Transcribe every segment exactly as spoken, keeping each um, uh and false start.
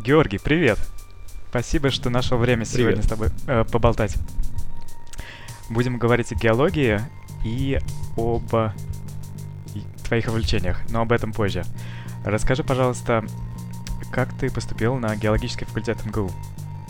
Георгий, привет! Спасибо, что нашел время сегодня Привет. с тобой э, поболтать. Будем говорить о геологии и об э, и твоих увлечениях, но об этом позже. Расскажи, пожалуйста, как ты поступил на геологический факультет эм гэ у?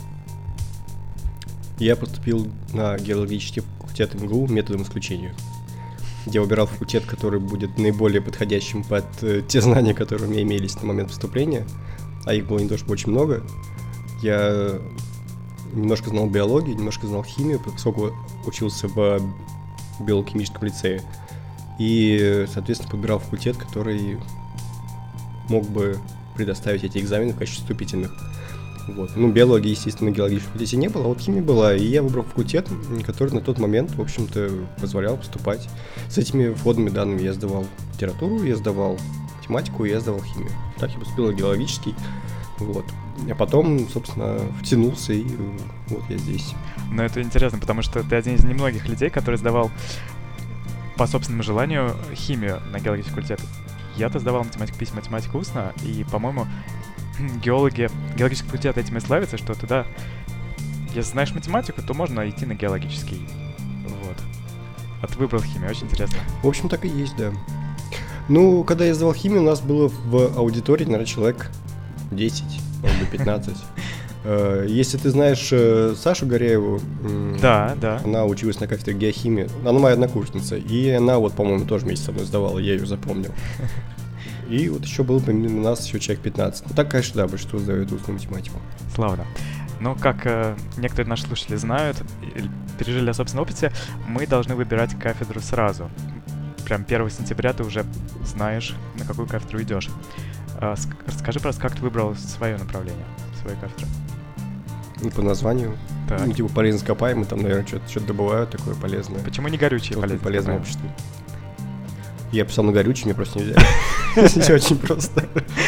Я поступил на геологический факультет эм гэ у методом исключения. Я выбирал факультет, который будет наиболее подходящим под э, те знания, которые у меня имелись на момент поступления, а их было не то чтобы очень много. Я немножко знал биологию, немножко знал химию, поскольку учился в биохимическом лицее. И, соответственно, подбирал факультет, который мог бы предоставить эти экзамены в качестве вступительных. Вот. Ну, биологии, естественно, на геологическом факультете не было, а вот химия была, и я выбрал факультет, который на тот момент, в общем-то, позволял поступать. С этими вводными данными я сдавал литературу, я сдавал математику, я сдавал химию. Так я поступил на геологический, вот. А потом, собственно, втянулся, и вот я здесь. Но это интересно, потому что ты один из немногих людей, который сдавал по собственному желанию химию на геологический факультет. Я-то сдавал математику письма, математику устно, и, по-моему, геологи, геологический факультет этим и славится, что туда, если знаешь математику, то можно идти на геологический. Вот. А ты выбрал химию, очень интересно. В общем, так и есть, да. Ну, когда я сдавал химию, у нас было в аудитории, наверное, человек десять, может быть, пятнадцать. Если ты знаешь Сашу Горяеву, да, да. Она училась на кафедре геохимии, она моя однокурсница, и она вот, по-моему, тоже вместе со мной сдавала, я ее запомнил. И вот еще было помимо нас еще человек пятнадцать. Ну так, конечно, да, большинство сдает устную математику. Славно. Но как э, некоторые наши слушатели знают, пережили на собственном опыте, мы должны выбирать кафедру сразу. Прям первого сентября ты уже знаешь, на какую кафедру идешь. Э, расскажи, просто, как ты выбрал свое направление, свою кафедру. Ну, по названию. Так. Ну, типа полезно ископаемые, там, наверное, что-то, что-то добывают такое полезное. Почему не горючие полезные? Полезное общество. Я писал на горючий, мне просто не взяли. Все очень просто.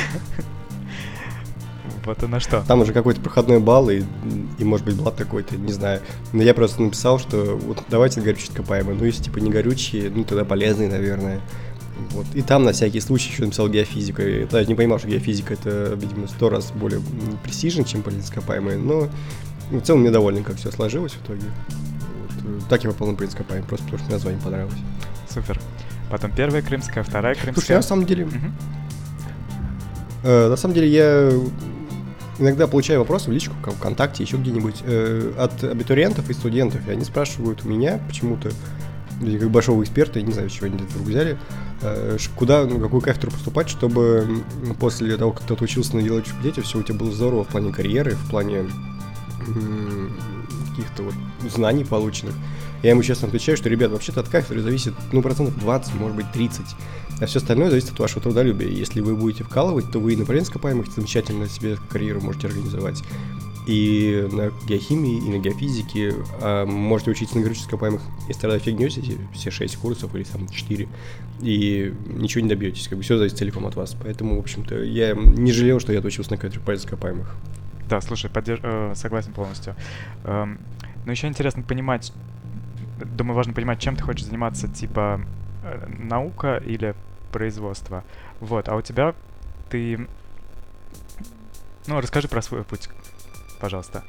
Вот и на что. Там уже какой-то проходной балл, и, и может быть, блат какой-то, не знаю. Но я просто написал, что вот давайте горючие ископаемые. Ну, если типа не горючие, ну, тогда полезные, наверное. Вот. И там на всякий случай еще написал геофизика. Я даже не понимал, что геофизика это, видимо, сто раз более престижно, чем полезные ископаемые. Но в целом мне доволен, как все сложилось в итоге. Вот. Так я попал на полезные ископаемые, просто потому что название понравилось. Супер. Потом первая крымская, вторая крымская. Слушай, на самом деле, uh-huh. э, на самом деле я иногда получаю вопросы в личку, как ВКонтакте, еще где-нибудь, э, от абитуриентов и студентов, и они спрашивают у меня почему-то, как большого эксперта, я не знаю, с чего они это вдруг взяли, э, куда, на какую кафедру поступать, чтобы после того, как ты отучился на геологическом факультете, все у тебя было здорово в плане карьеры, в плане м- каких-то вот знаний полученных. Я ему честно отвечаю, что, ребят, вообще-то от кафедры зависит, ну, процентов двадцать, может быть, тридцать. А все остальное зависит от вашего трудолюбия. Если вы будете вкалывать, то вы и на полезных ископаемых замечательно себе карьеру можете организовать. И на геохимии, и на геофизике. А можете учиться на горючих ископаемых, если тогда фигнёте все шесть курсов или там четыре. И ничего не добьетесь. Как бы все зависит целиком от вас. Поэтому, в общем-то, я не жалел, что я отучился на кафедре полезных ископаемых. Да, слушай, поддерж... э, согласен полностью. Эм, но еще интересно понимать, думаю, важно понимать, чем ты хочешь заниматься, типа э, наука или производство. Вот, а у тебя ты... Ну, расскажи про свой путь, пожалуйста.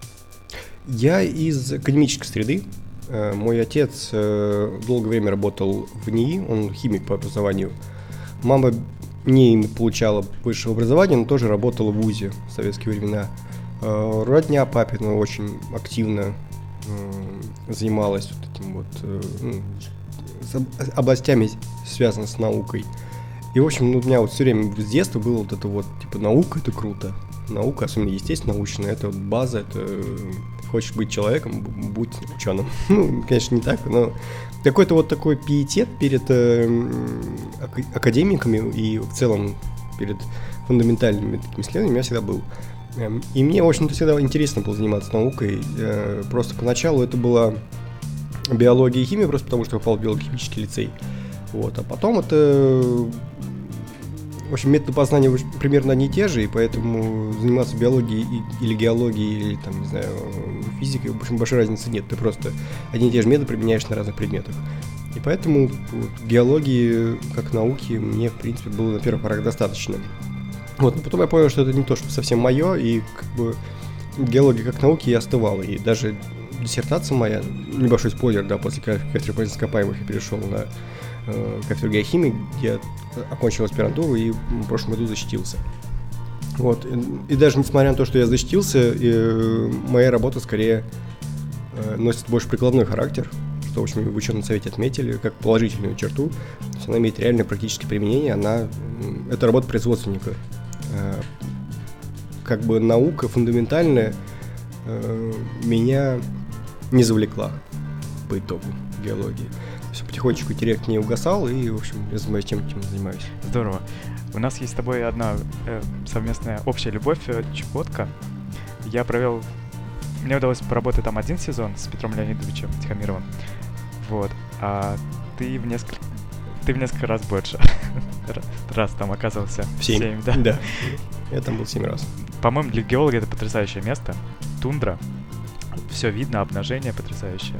Я из академической среды. Э, мой отец э, долгое время работал в НИИ, он химик по образованию. Мама не получала высшего образования, но тоже работала в вузе в советские времена. Э, родня папина очень активно э, занималась вот этим вот э, ну, с областями, связанными с наукой. И, в общем, ну, у меня вот все время с детства было вот это вот, типа, наука — это круто. Наука, особенно естественно научная, это вот база, это хочешь быть человеком, будь ученым. Ну, конечно, не так, но какой-то вот такой пиетет перед э, академиками и в целом перед фундаментальными такими исследованиями у меня всегда был. И мне, в общем-то, всегда интересно было заниматься наукой. Просто поначалу это была биология и химия, просто потому что я попал в биохимический лицей. Вот. А потом это... В общем, методы познания примерно одни и те же, и поэтому заниматься биологией или геологией, или, там, не знаю, физикой, в общем, большой разницы нет. Ты просто одни и те же методы применяешь на разных предметах. И поэтому вот, геологии, как науки, мне, в принципе, было на первых порах достаточно. Вот, но потом я понял, что это не то, что совсем мое, и как бы геология как науки я остывал, и даже диссертация моя, небольшой спойлер, да, после кафедры полезных ископаемых я перешел на э, кафедру геохимии, где я окончил аспирантуру и в прошлом году защитился. Вот, и, и даже несмотря на то, что я защитился, и, э, моя работа скорее э, носит больше прикладной характер, что, в общем, в ученом совете отметили, как положительную черту. То есть она имеет реальное практическое применение, она, это работа производственника. Э, как бы наука фундаментальная э, меня не завлекла по итогу геологии. Все потихонечку интерес не угасал, и, в общем, я занимаюсь тем, чем занимаюсь. Здорово. У нас есть с тобой одна э, совместная общая любовь, э, Чукотка. Я провел... Мне удалось поработать там один сезон с Петром Леонидовичем Тихомировым. Вот. А ты в несколько... Ты в несколько раз больше. Раз там оказывался. В семь. семь, да. Да. Я там был семь раз. По-моему, для геолога это потрясающее место. Тундра. Все видно, обнажение потрясающее.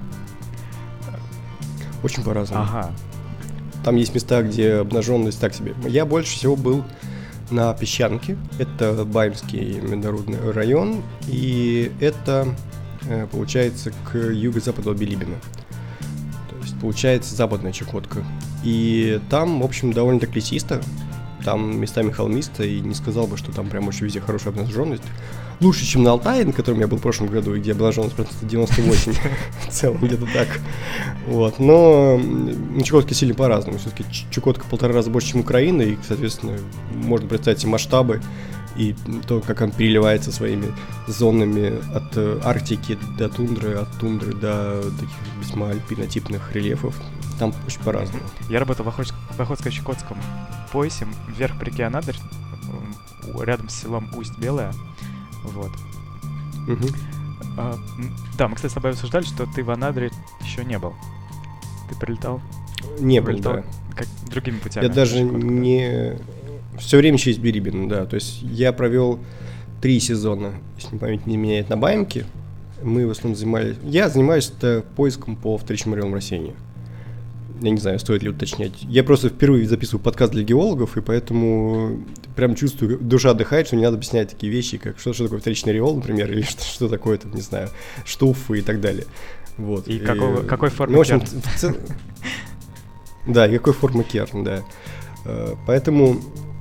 Очень по-разному. Ага. Там есть места, где обнаженность так себе. Я больше всего был на Песчанке. Это Баимский международный район. И это, получается, к юго-западу от Билибина. То есть, получается, западная Чукотка. И там, в общем, довольно-таки лесисто. Там местами холмисто. И не сказал бы, что там прям очень везде хорошая обнаженность. Лучше, чем на Алтае, на котором я был в прошлом году, и где обнаженность процентов девяносто восемь в целом, где-то так. Вот. Но на Чукотке сильно по-разному. Все-таки Чукотка в полтора раза больше, чем Украина, и, соответственно, можно представить себе масштабы и то, как он переливается своими зонами от Арктики до тундры, от тундры до таких весьма альпинотипных рельефов. Там очень по-разному. Я работал в Охотско-Чукотском поясе, вверх по реке Анадырь, рядом с селом Усть-Белое. Вот. Угу. А, да, мы, кстати, с тобой обсуждали, что ты в Анадыре еще не был. Ты прилетал? Не был, прилетал, да. Как другими путями. Я даже Чукотка. не... Все время через Билибин, да. То есть я провел три сезона, если память не меняет, на Баимке. Мы в основном занимались... Я занимаюсь поиском по вторичному району растения. Я не знаю, стоит ли уточнять. Я просто впервые записываю подкаст для геологов, и поэтому прям чувствую, душа отдыхает, что не надо объяснять такие вещи, как что, что такое вторичный ореол, например, или что, что такое, там, не знаю, штуфы и так далее. Вот. И, и какого, какой формы ну, в общем, керн? в цел... Да, и какой формы керн, да. Поэтому...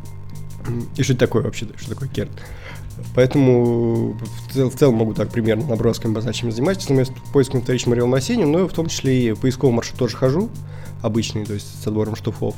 И что это такое вообще, что такое керн? Поэтому в, цел, в целом могу так примерно набросками обозначить, чем занимаюсь. Занимаюсь поиском вторичным ореолом растения, но в том числе и поисковый маршрут тоже хожу, обычный, то есть с отбором штуфов.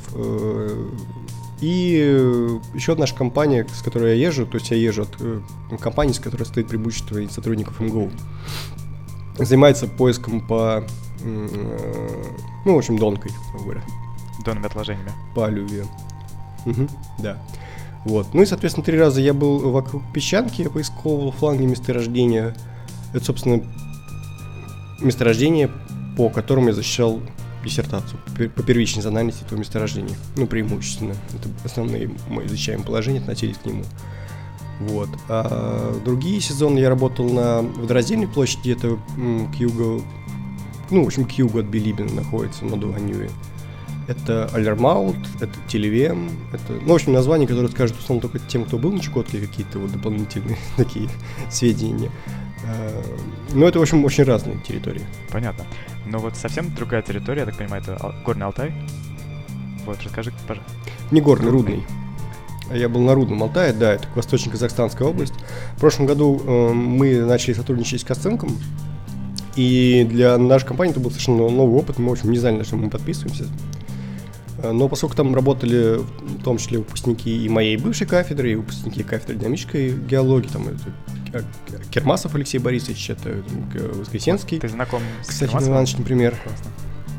И еще одна наша компания, с которой я езжу, то есть я езжу от компании, с которой стоит преимущество сотрудников эм гэ у, занимается поиском по, ну, в общем, донкой, грубо говоря. Донными отложениями. По алювию. Угу, да. Вот. Ну и, соответственно, три раза я был вокруг Песчанки, я поисковывал фланги месторождения. Это, собственно, месторождение, по которому я защищал диссертацию, по первичной анализе этого месторождения. Ну, преимущественно. Это основные мои изучаемые положения относились к нему. Вот. А другие сезоны я работал на водораздельной площади, это м, к югу, ну, в общем, к югу от Билибина находится, на Дуанюе. Это Алермаут, это Телевем, это, ну, в общем, названия, которые скажут, условно, только тем, кто был на Чукотке, какие-то вот дополнительные такие сведения. Но это, в общем, очень разные территории. Понятно. Но вот совсем другая территория, я так понимаю, это Ал- Горный Алтай. Вот, расскажи, пожалуйста. Не горный, Рудный. Я был на Рудном Алтае, да, это Восточно-Казахстанская область. В прошлом году э, мы начали сотрудничать с Косценком, и для нашей компании это был совершенно новый опыт, мы, в общем, не знали, на что мы подписываемся. Но поскольку там работали в том числе выпускники и моей бывшей кафедры, и выпускники кафедры динамической геологии, там это Кермасов Алексей Борисович, это Воскресенский. Ты знаком с Кстати, Кермасовым? Иванович, например. Классно.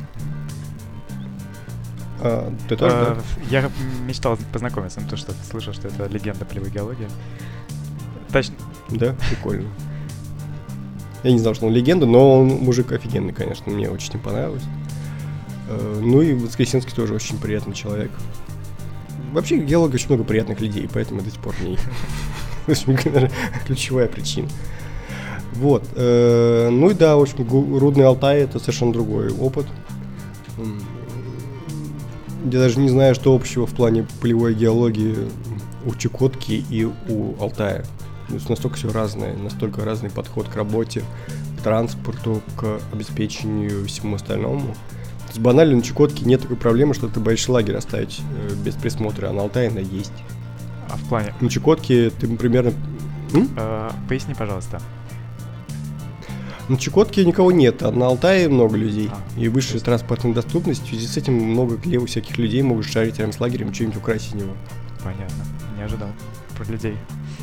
А, ты тоже, а, да? Я мечтал познакомиться, потому что слышал, что это легенда полевой геологии. Точно. Да, прикольно. Я не знал, что он легенда, но он мужик офигенный, конечно, мне очень им понравилось. Ну и Воскресенский тоже очень приятный человек. Вообще в геологии очень много приятных людей, поэтому до сих пор не ключевая причина. Вот. Ну и да, в общем, Рудный Алтай — это совершенно другой опыт. Я даже не знаю, что общего в плане полевой геологии у Чукотки и у Алтая. То есть настолько все разное, настолько разный подход к работе, к транспорту, к обеспечению и всему остальному. То есть банально на Чукотке нет такой проблемы, что ты боишься лагерь оставить э, без присмотра, а на Алтае она есть. А в плане? На Чукотке ты примерно... Э, поясни, пожалуйста. На Чукотке никого нет, а на Алтае много людей. А, и высшая есть... транспортная доступность. В связи с этим много клевых всяких людей могут шарить рядом с лагерем, что-нибудь украсть из него. Понятно. Не ожидал про людей.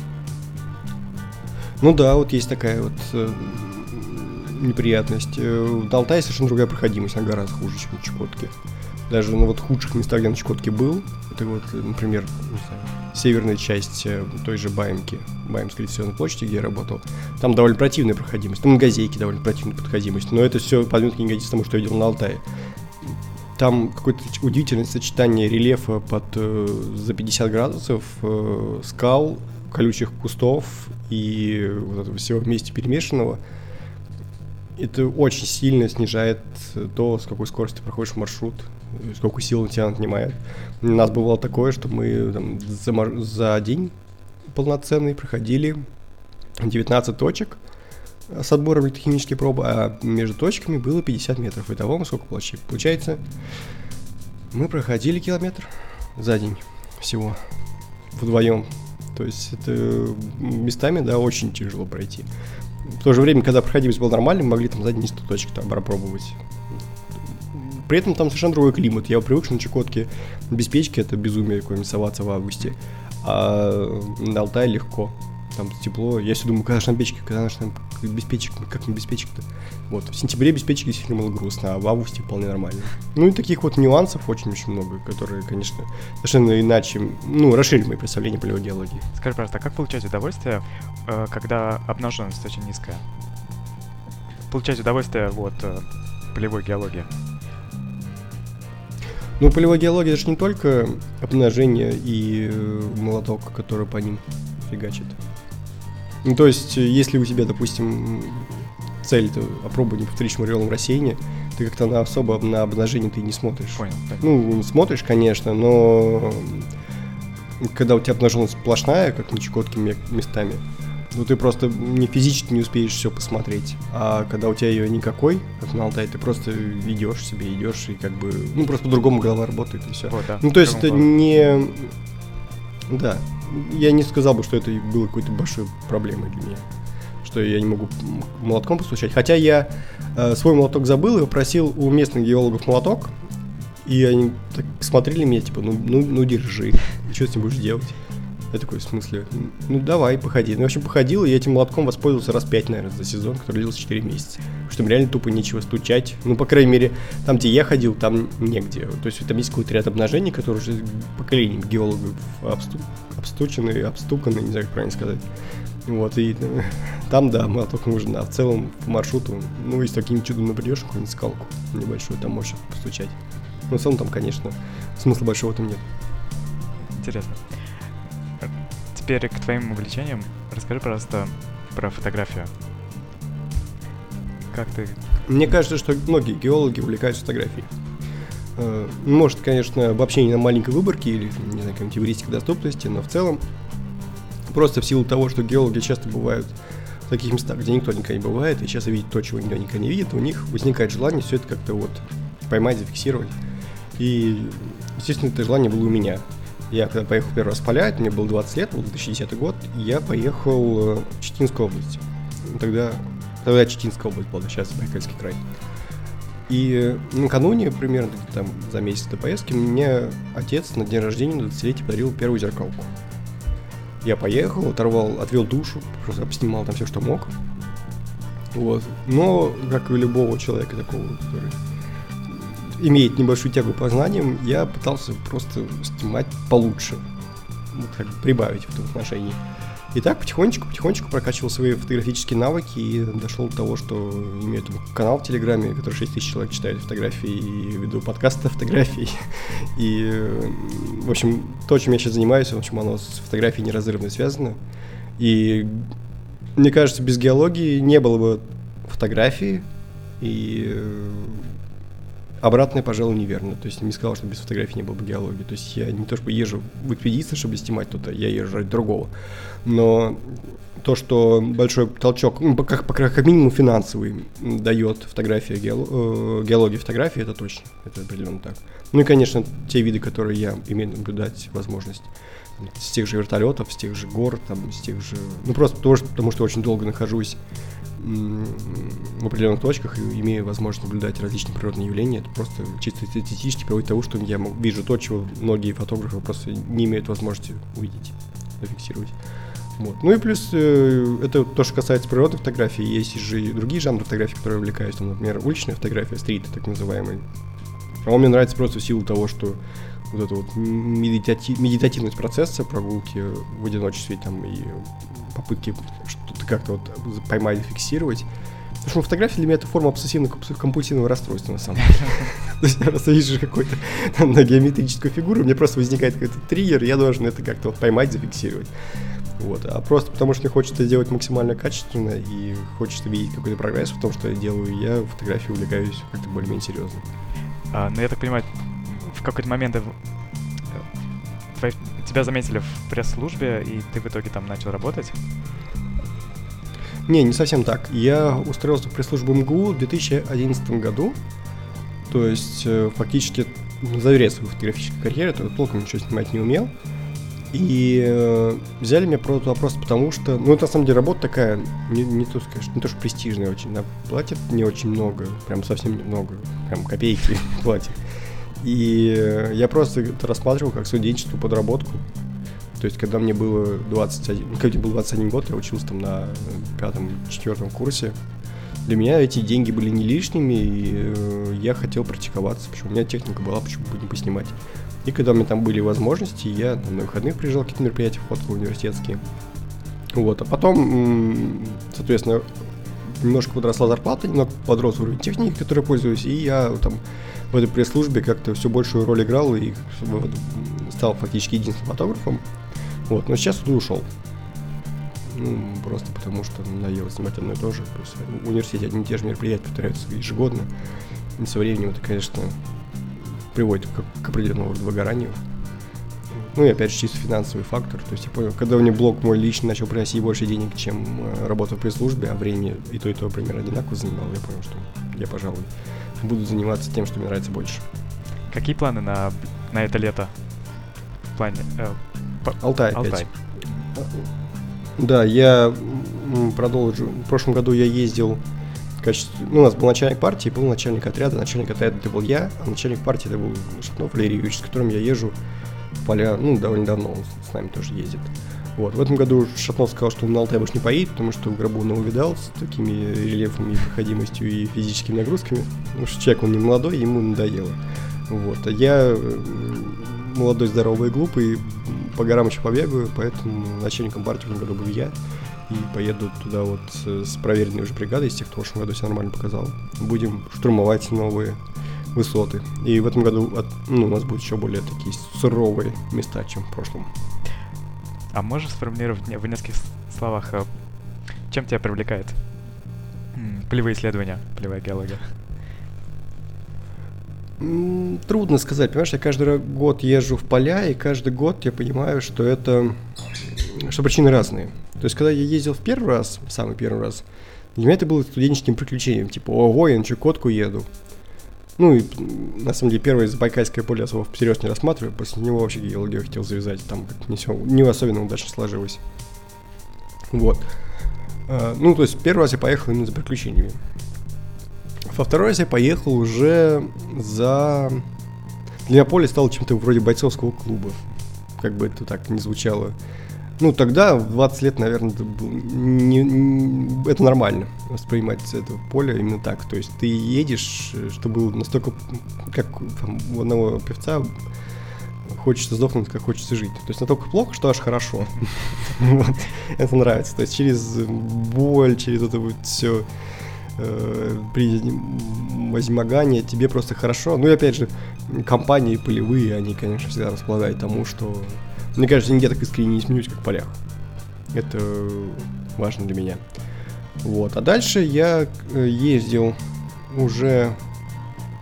Ну да, вот есть такая вот э, неприятность. На Алтае совершенно другая проходимость, она гораздо хуже, чем на Чукотке. Даже на вот худших местах, где на Чукотке был, это вот, например, не знаю, северная часть той же Баимки, Баимской литейной площади, где я работал, там довольно противная проходимость, там на Газейке довольно противная проходимость, но это все подметки не годится тому, что я видел на Алтае. Там какое-то удивительное сочетание рельефа под э, за пятьдесят градусов, э, скал, колючих кустов и вот этого всего вместе перемешанного. Это очень сильно снижает то, с какой скоростью проходишь маршрут, сколько сил он тебя отнимает. У нас бывало такое, что мы там, за, за день полноценный проходили девятнадцать точек с отбором литохимической пробы, а между точками было пятьдесят метров. Итого мы сколько получили? Получается, мы проходили километр за день всего вдвоем. То есть это местами, да, очень тяжело пройти. В то же время, когда проходимость была нормальной, мы могли там за день сто точек там пропробовать. При этом там совершенно другой климат. Я привык, что на Чукотке без печки это безумие какое-нибудь соваться в августе. А на Алтае легко. Там тепло. Я все думаю, когда же там печки, когда же там без печек, как не без печек-то? Вот. В сентябре без печек действительно было грустно, а в августе вполне нормально. Ну и таких вот нюансов очень-очень много, которые, конечно, совершенно иначе, ну, расширили мои представления о полевой геологии. Скажи, пожалуйста, а как получать удовольствие, когда обнаженность очень низкая? Получать удовольствие от полевой геологии? Ну, полевая геология — это же не только обнажение и молоток, который по ним фигачит. Ну, то есть, если у тебя, допустим, цель — опробование по вторичному релевому рассеянию, ты как-то на особо на обнажение ты не смотришь. Понял. Ну, смотришь, конечно, но когда у тебя обнаженность сплошная, как на Чукотке местами, ну, ты просто не физически не успеешь все посмотреть. А когда у тебя ее никакой, как на Алтае, ты просто идешь себе, идешь, и как бы, ну, просто по-другому голова работает, и все. Вот, да, ну, то есть это не... Да, я не сказал бы, что это было какой-то большой проблемой для меня, что я не могу молотком постучать. Хотя я э, свой молоток забыл и попросил у местных геологов молоток, и они так смотрели меня, типа, ну, ну, ну держи, что с ним будешь делать? Я такой, в смысле, ну давай, походи. Ну, в общем, походил, и этим молотком воспользовался раз пять, наверное, за сезон, который длился четыре месяца. Потому что реально тупо нечего стучать. Ну, по крайней мере, там, где я ходил, там негде. То есть там есть какой-то ряд обнажений, которые уже поколением геологов обсту... обстучены, обстуканы, не знаю, как правильно сказать. Вот, и там, да, молоток нужен, а в целом по маршруту, ну, если таким чудом набредешь, какую-нибудь скалку небольшую, там можешь постучать. Но в целом там, конечно, смысла большого в этом нет. Интересно. Теперь к твоим увлечениям. Расскажи, пожалуйста, про фотографию. Как ты... Мне кажется, что многие геологи увлекаются фотографией. Может, конечно, обобщение на маленькой выборке или, не знаю, какой-нибудь эвристик доступности, но в целом просто в силу того, что геологи часто бывают в таких местах, где никто никогда не бывает, и часто видят то, чего никто никогда не видит, у них возникает желание все это как-то вот поймать, зафиксировать. И, естественно, это желание было у меня. Я когда поехал первый раз в поля, мне было двадцать лет, был две тысячи десятый год, и я поехал в Читинскую область. Тогда, тогда Читинская область была, сейчас Байкальский край. И накануне, примерно там за месяц до поездки, мне отец на день рождения, на двадцатилетие подарил первую зеркалку. Я поехал, оторвал, отвел душу, просто обснимал там все, что мог. Вот. Но, как и у любого человека такого, который имеет небольшую тягу по знаниям, я пытался просто снимать получше, вот как бы прибавить в этом отношении. И так потихонечку-потихонечку прокачивал свои фотографические навыки и дошел до того, что имею канал в Телеграме, который шесть тысяч человек читает фотографии, и веду подкасты фотографий. И, в общем, то, чем я сейчас занимаюсь, в общем, оно с фотографией неразрывно связано. И мне кажется, без геологии не было бы фотографии, и Обратное, пожалуй, неверно. То есть я не сказал, что без фотографий не было бы геологии. То есть я не то чтобы езжу в экспедиции, чтобы снимать то-то, я езжу ради другого. Но то, что большой толчок, ну, как, как минимум финансовый, дает фотография, геолог, геология фотографии, это точно, это определенно так. Ну и, конечно, те виды, которые я имею наблюдать возможность. С тех же вертолетов, с тех же гор, там, с тех же... Ну, просто потому что, потому что очень долго нахожусь в определенных точках и имею возможность наблюдать различные природные явления. Это просто чисто эстетически приводит к тому, что я вижу то, чего многие фотографы просто не имеют возможности увидеть, зафиксировать. Вот. Ну и плюс э, это то, что касается природной фотографии. Есть же и другие жанры фотографии, которые увлекаюсь. Там, например, уличная фотография, стрит, так называемый. А он мне нравится просто в силу того, что вот эта вот медитати- медитативность процесса, прогулки в одиночестве там, и попытки что-то как-то вот поймать, фиксировать. Потому что фотография для меня это форма обсессивно-компульсивного расстройства, на самом деле. То есть я просто вижу какую-то на геометрическую фигуру, мне просто возникает какой-то триггер, я должен это как-то вот поймать, зафиксировать. Вот. А просто потому что мне хочется сделать максимально качественно и хочется видеть какой-то прогресс в том, что я делаю, я фотографией увлекаюсь как-то более-менее серьезно. А, ну, я так понимаю, в какой-то момент твои, тебя заметили в пресс-службе, и ты в итоге там начал работать? Не, не совсем так. Я устроился в пресс-службу эм гэ у в две тысячи одиннадцатом году. То есть фактически на заре своей фотографической карьеры, я толком ничего снимать не умел. И э, взяли меня про этот вопрос, потому что, ну, это на самом деле работа такая, не, не то сказать, не то что престижная очень, да, платят не очень много, прям совсем немного, прям копейки платят. И э, я просто это рассматривал как студенческую подработку. То есть, когда мне было двадцать один, когда мне был двадцать один год, я учился там на пятом-четвертом курсе. Для меня эти деньги были не лишними, и э, я хотел практиковаться, почему у меня техника была, почему бы не поснимать. И когда у меня там были возможности, я там, на выходных приезжал какие-то мероприятия, фоткал университетские. Вот, а потом, соответственно, немножко подросла зарплата, немного подрос уровень техники, которой я пользуюсь, и я там в этой пресс-службе как-то все большую роль играл и стал фактически единственным фотографом. Вот, но сейчас туда ушел. Ну, просто потому что надоело снимать одно и то же. В университете одни и те же мероприятия повторяются ежегодно. И со временем это, конечно, приводит к, к определенному выгоранию. Ну и опять же чисто финансовый фактор. То есть я понял, когда мне блог мой личный начал приносить больше денег, чем работа в пресс-службе, а время и то, и то примерно одинаково занимало, я понял, что я, пожалуй, буду заниматься тем, что мне нравится больше. Какие планы на, на это лето? В плане... Э, по... Алтай опять. Алтай. Да, я продолжу. В прошлом году я ездил в качестве... Ну, у нас был начальник партии, был начальник отряда. Начальник отряда это был я, а начальник партии это был Шатнов Валерий Юрьевич, с которым я езжу в поля, ну, довольно давно, он с нами тоже ездит. Вот. В этом году Шатнов сказал, что он на Алтай больше не поедет, потому что в гробу он увидал с такими рельефами, проходимостью и физическими нагрузками. Потому что человек, он не молодой, ему надоело. Вот. А я молодой, здоровый и глупый, по горам еще побегаю, поэтому начальником партии в этом году буду я. И поеду туда вот с проверенной уже бригадой, из тех, кто в прошлом году себя нормально показал. Будем штурмовать новые высоты. И в этом году от, ну, у нас будут еще более такие суровые места, чем в прошлом. А можешь сформулировать в нескольких словах, чем тебя привлекает полевые исследования, полевая геология? Трудно сказать, понимаешь, я каждый год езжу в поля, и каждый год я понимаю, что это, что причины разные. То есть, когда я ездил в первый раз, самый первый раз, для меня это было студенческим приключением, типа, ого, я на Чукотку еду. Ну, и, на самом деле, первое Забайкальское поле особо всерьез не рассматриваю, после него вообще геологию хотел завязать, там не все, не особенно удачно сложилось. Вот. Ну, то есть, первый раз я поехал именно за приключениями. Во второй раз я поехал уже за... Для меня поле стало чем-то вроде бойцовского клуба. Как бы это так ни звучало. Ну, тогда, в двадцать лет, наверное, это, было не, не, это нормально воспринимать это поле именно так. То есть ты едешь, что было настолько, как там, у одного певца, хочется сдохнуть, как хочется жить. То есть настолько плохо, что аж хорошо. Это нравится. То есть через боль, через это вот все... при возмогании тебе просто хорошо. Ну и опять же, компании полевые, они, конечно, всегда располагают тому, что... Мне кажется, нигде так искренне не смеюсь, как в полях. Это важно для меня. Вот. А дальше я ездил уже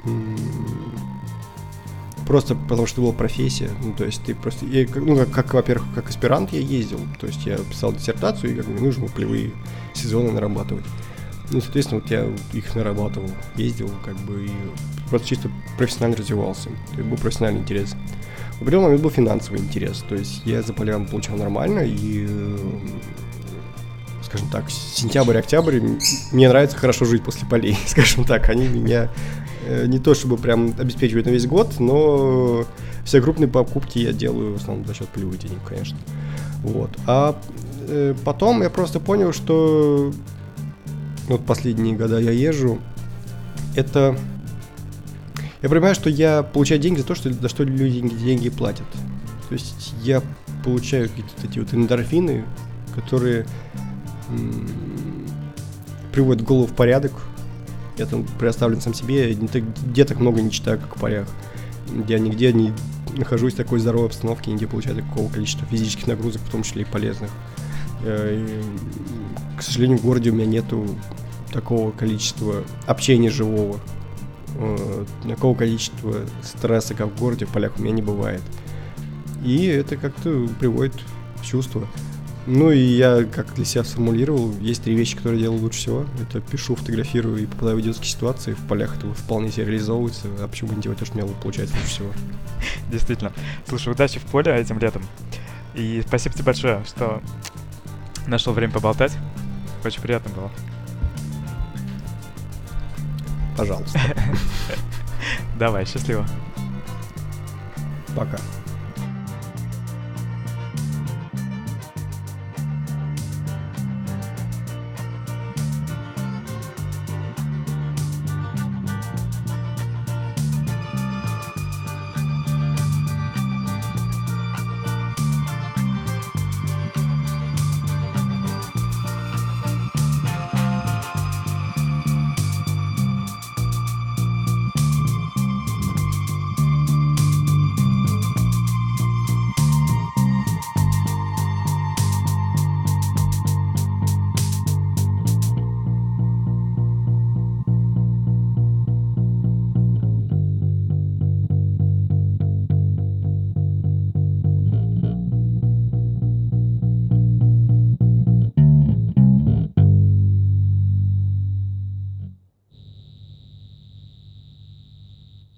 Просто потому что была профессия, ну, то есть ты просто, я, ну, как, как, во-первых, как аспирант я ездил, то есть я писал диссертацию, и как бы нужно полевые сезоны нарабатывать. Ну, соответственно, вот я их нарабатывал, ездил, как бы, и просто чисто профессионально развивался, то есть был профессиональный интерес. В определенный момент был финансовый интерес, то есть я за полям получал нормально, и, скажем так, сентябрь-октябрь мне нравится хорошо жить после полей, скажем так, они меня... Не то чтобы прям обеспечивать на весь год, но все крупные покупки я делаю в основном за счет полевых денег, конечно. Вот. А э, потом я просто понял, что вот последние года я езжу, это... Я понимаю, что я получаю деньги за то, что, за что люди деньги, деньги платят. То есть я получаю какие-то эти вот эндорфины, которые м- приводят голову в порядок. Я там предоставлен сам себе, где так много не читаю, как в полях. Я нигде не нахожусь в такой здоровой обстановке, нигде получаю такого количества физических нагрузок, в том числе и полезных. И, к сожалению, в городе у меня нету такого количества общения живого, такого количества стресса, как в городе, в полях у меня не бывает. И это как-то приводит в чувство. Ну и я, как для себя сформулировал, есть три вещи, которые я делаю лучше всего. Это пишу, фотографирую и попадаю в идиотские ситуации. В полях это вполне себе реализовывается. А почему бы не делать то, что у меня получается лучше всего? Действительно. Слушай, удачи в поле этим летом. И спасибо тебе большое, что нашел время поболтать. Очень приятно было. Пожалуйста. Давай, счастливо. Пока.